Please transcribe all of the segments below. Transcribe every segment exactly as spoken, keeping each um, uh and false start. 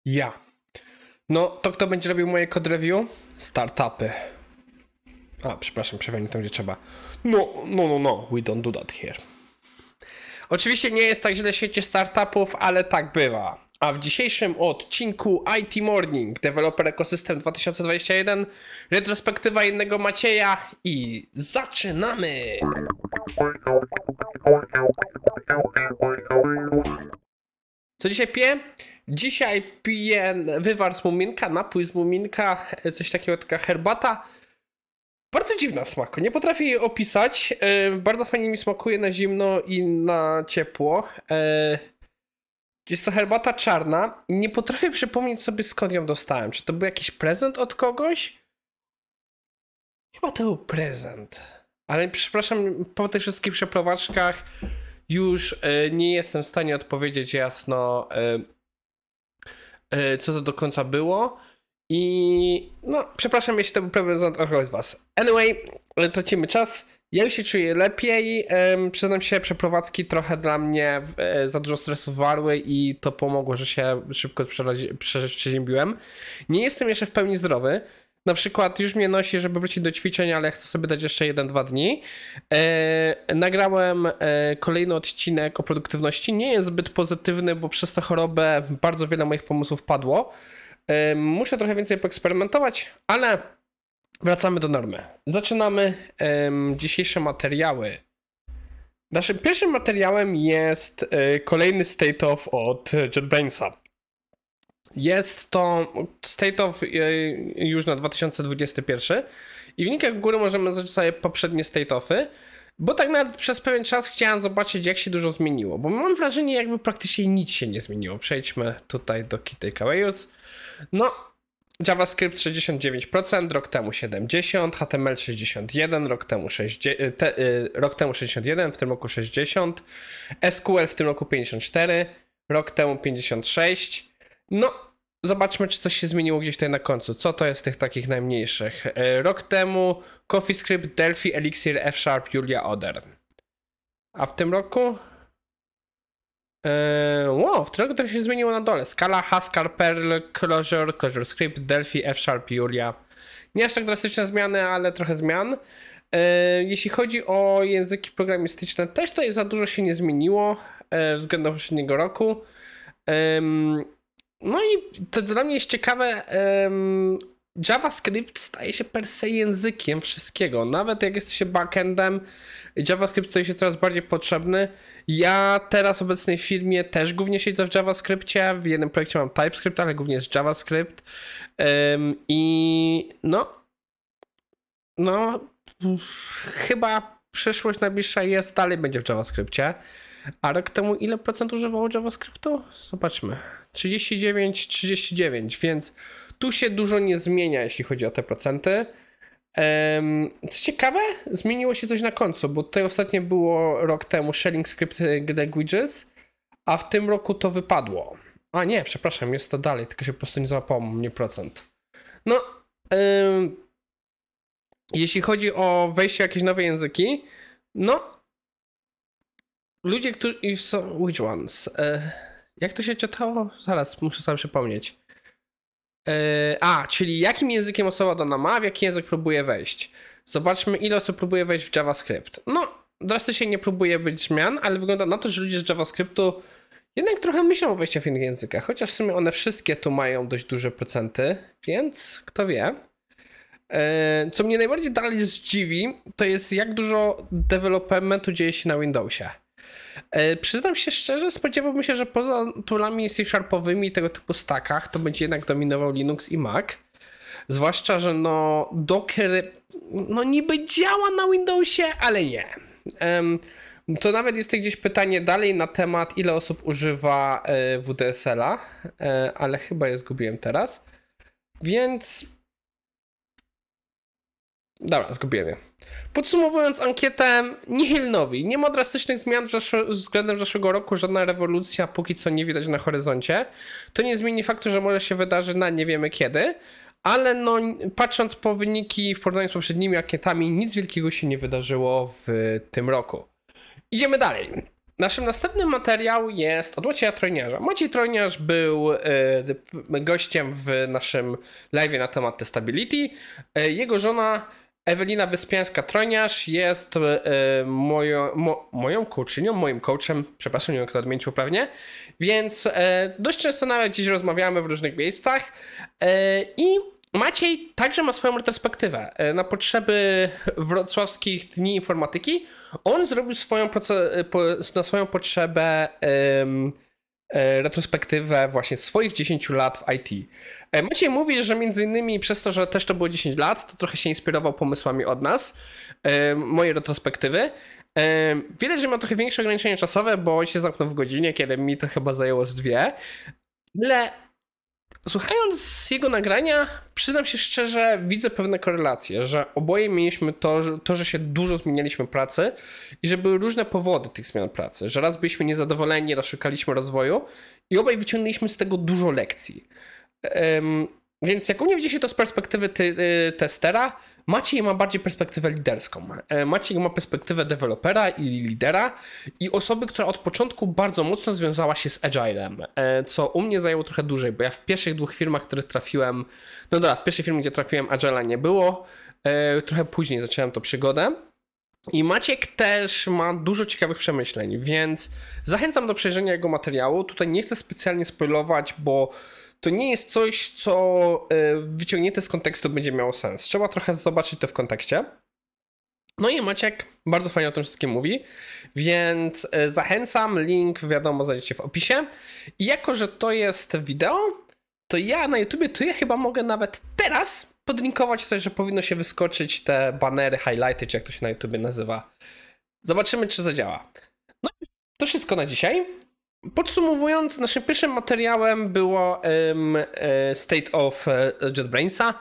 Ja. No, to kto będzie robił moje code review? Startupy. A, przepraszam, przewinię tam, gdzie trzeba. No, no, no, no, we don't do that here. Oczywiście nie jest tak źle w świecie startupów, ale tak bywa. A w dzisiejszym odcinku I T Morning, Developer Ecosystem dwa tysiące dwudziesty jeden, retrospektywa innego Macieja i zaczynamy! Co dzisiaj piję? Dzisiaj piję wywar z muminka, napój z muminka, coś takiego, taka herbata. Bardzo dziwna smaku, nie potrafię jej opisać. Bardzo fajnie mi smakuje na zimno i na ciepło. Jest to herbata czarna i nie potrafię przypomnieć sobie, skąd ją dostałem. Czy to był jakiś prezent od kogoś? Chyba to był prezent. Ale przepraszam, po tych wszystkich przeprowadzkach już nie jestem w stanie odpowiedzieć jasno, co to do końca było. I no, przepraszam, jeśli to był prezent od kogoś z was. Anyway, tracimy czas. Ja już się czuję lepiej. Um, przyznam się, przeprowadzki trochę dla mnie e, za dużo stresu warły i to pomogło, że się szybko przeziębiłem. Nie jestem jeszcze w pełni zdrowy. Na przykład już mnie nosi, żeby wrócić do ćwiczeń, ale chcę sobie dać jeszcze jeden dwa dni. E, nagrałem e, kolejny odcinek o produktywności. Nie jest zbyt pozytywny, bo przez tę chorobę bardzo wiele moich pomysłów padło. E, muszę trochę więcej poeksperymentować, ale wracamy do normy. Zaczynamy um, dzisiejsze materiały. Naszym pierwszym materiałem jest e, kolejny State of od JetBrainsa. Jest to State of e, już na dwa tysiące dwudziesty pierwszy i w linkach góry możemy zacząć sobie poprzednie State Ofy, bo tak nawet przez pewien czas chciałem zobaczyć, jak się dużo zmieniło, bo mam wrażenie, jakby praktycznie nic się nie zmieniło. Przejdźmy tutaj do Key Takeaways. No, JavaScript sześćdziesiąt dziewięć procent, rok temu siedemdziesiąt procent, H T M L sześćdziesiąt jeden procent, rok temu, sześćdziesiąt, te, y, rok temu sześćdziesiąt jeden procent, w tym roku sześćdziesiąt procent, S Q L w tym roku pięćdziesiąt cztery procent, rok temu pięćdziesiąt sześć procent. No, zobaczmy, czy coś się zmieniło gdzieś tutaj na końcu. Co to jest tych takich najmniejszych? Y, rok temu CoffeeScript, Delphi, Elixir, F Sharp, Julia, Oder. A w tym roku? Eee, wow, w tym roku to się zmieniło na dole. Scala, Haskell, Perl, Clojure, ClojureScript, Delphi, F Sharp, Julia. Nie aż tak drastyczne zmiany, ale trochę zmian. Eee, jeśli chodzi o języki programistyczne, też tutaj za dużo się nie zmieniło e, względem poprzedniego roku. Eee, no i to dla mnie jest ciekawe. Eee, JavaScript staje się per se językiem wszystkiego. Nawet jak jesteście backendem, JavaScript staje się coraz bardziej potrzebny. Ja teraz w obecnej firmie też głównie siedzę w JavaScriptie. W jednym projekcie mam TypeScript, ale głównie jest JavaScript. Um, I no, no, chyba przyszłość najbliższa jest, dalej będzie w JavaScriptie. A rok temu ile procent używało JavaScriptu? Zobaczmy. trzydzieści dziewięć, trzydzieści dziewięć, więc tu się dużo nie zmienia, jeśli chodzi o te procenty. Um, co ciekawe, zmieniło się coś na końcu, bo tutaj ostatnio było rok temu Sharing Script Languages, a w tym roku to wypadło. A nie, przepraszam, jest to dalej, tylko się po prostu nie załapało mnie procent. No, um, jeśli chodzi o wejście w jakieś nowe języki, no, ludzie, którzy... Which ones? E, jak to się czytało? Zaraz, muszę sobie przypomnieć. E, a, czyli jakim językiem osoba dana ma, w jaki język próbuje wejść. Zobaczmy, ile osób próbuje wejść w JavaScript. No, drastycznie nie próbuje być zmian, ale wygląda na to, że ludzie z JavaScriptu jednak trochę myślą o wejściu w innych językach, chociaż w sumie one wszystkie tu mają dość duże procenty, więc kto wie. E, co mnie najbardziej dalej zdziwi, to jest jak dużo developmentu dzieje się na Windowsie. E, przyznam się szczerze, spodziewałbym się, że poza toolami C-sharpowymi i tego typu stackach to będzie jednak dominował Linux i Mac. Zwłaszcza, że no Docker no niby działa na Windowsie, ale nie. E, to nawet jest tutaj gdzieś pytanie dalej na temat, ile osób używa e, W D S L-a, e, ale chyba je zgubiłem teraz. Więc... Dobra, zgubiłem je. Podsumowując ankietę, nihil nowi. Nie ma drastycznych zmian względem zeszłego roku, żadna rewolucja póki co nie widać na horyzoncie. To nie zmieni faktu, że może się wydarzy na nie wiemy kiedy, ale no patrząc po wyniki w porównaniu z poprzednimi ankietami, nic wielkiego się nie wydarzyło w tym roku. Idziemy dalej. Naszym następnym materiał jest od Macieja Trojniarza. Maciej Trojniarz był y, gościem w naszym live'ie na temat testability. Y, jego żona Ewelina Wyspiańska-Trojniarz jest y, moją, mo, moją coachinią, moim coachem, przepraszam, nie wiem, kto odmienić poprawnie, więc y, dość często nawet dziś rozmawiamy w różnych miejscach y, i Maciej także ma swoją retrospektywę. Na potrzeby wrocławskich dni informatyki on zrobił swoją, na swoją potrzebę um, retrospektywę właśnie swoich dziesięciu lat w I T. Maciej mówi, że między innymi przez to, że też to było dziesięć lat, to trochę się inspirował pomysłami od nas, um, mojej retrospektywy. Um, widać, że ma trochę większe ograniczenie czasowe, bo on się zamknął w godzinie, kiedy mi to chyba zajęło z dwie. Ale słuchając jego nagrania, przyznam się szczerze, widzę pewne korelacje, że oboje mieliśmy to, że, to, że się dużo zmienialiśmy pracy i że były różne powody tych zmian pracy, że raz byliśmy niezadowoleni, raz szukaliśmy rozwoju i obaj wyciągnęliśmy z tego dużo lekcji. Um, więc jak u mnie widzi się to z perspektywy ty, y, testera, Maciej ma bardziej perspektywę liderską. Maciej ma perspektywę dewelopera i lidera i osoby, która od początku bardzo mocno związała się z Agilem, co u mnie zajęło trochę dłużej, bo ja w pierwszych dwóch firmach, w których trafiłem, no dobra, w pierwszej firmie, gdzie trafiłem, Agila nie było, trochę później zacząłem to przygodę. I Maciek też ma dużo ciekawych przemyśleń, więc zachęcam do przejrzenia jego materiału. Tutaj nie chcę specjalnie spoilować, bo to nie jest coś, co wyciągnięte z kontekstu będzie miało sens. Trzeba trochę zobaczyć to w kontekście. No i Maciek bardzo fajnie o tym wszystkim mówi, więc zachęcam, link wiadomo znajdziecie w opisie. I jako, że to jest wideo, to ja na YouTubie, to ja chyba mogę nawet teraz podlinkować coś, że powinno się wyskoczyć te banery, highlighty, czy jak to się na YouTubie nazywa. Zobaczymy, czy zadziała. No to wszystko na dzisiaj. Podsumowując, naszym pierwszym materiałem było um, State of JetBrainsa.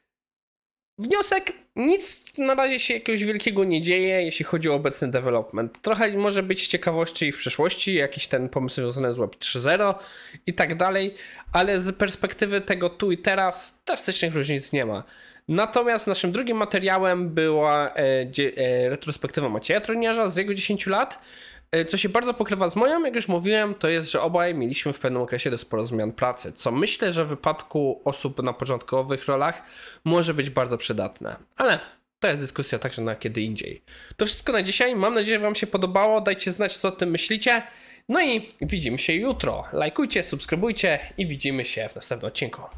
Wniosek, nic na razie się jakiegoś wielkiego nie dzieje, jeśli chodzi o obecny development. Trochę może być ciekawości w przyszłości, jakiś ten pomysł związany z Web trzy zero i tak dalej, ale z perspektywy tego tu i teraz drastycznych różnic nie ma. Natomiast naszym drugim materiałem była e, e, retrospektywa Macieja Trojniarza z jego dziesięciu lat. Co się bardzo pokrywa z moją, jak już mówiłem, to jest, że obaj mieliśmy w pewnym okresie do sporo zmian pracy, co myślę, że w wypadku osób na początkowych rolach może być bardzo przydatne. Ale to jest dyskusja także na kiedy indziej. To wszystko na dzisiaj. Mam nadzieję, że wam się podobało. Dajcie znać, co o tym myślicie. No i widzimy się jutro. Lajkujcie, subskrybujcie i widzimy się w następnym odcinku.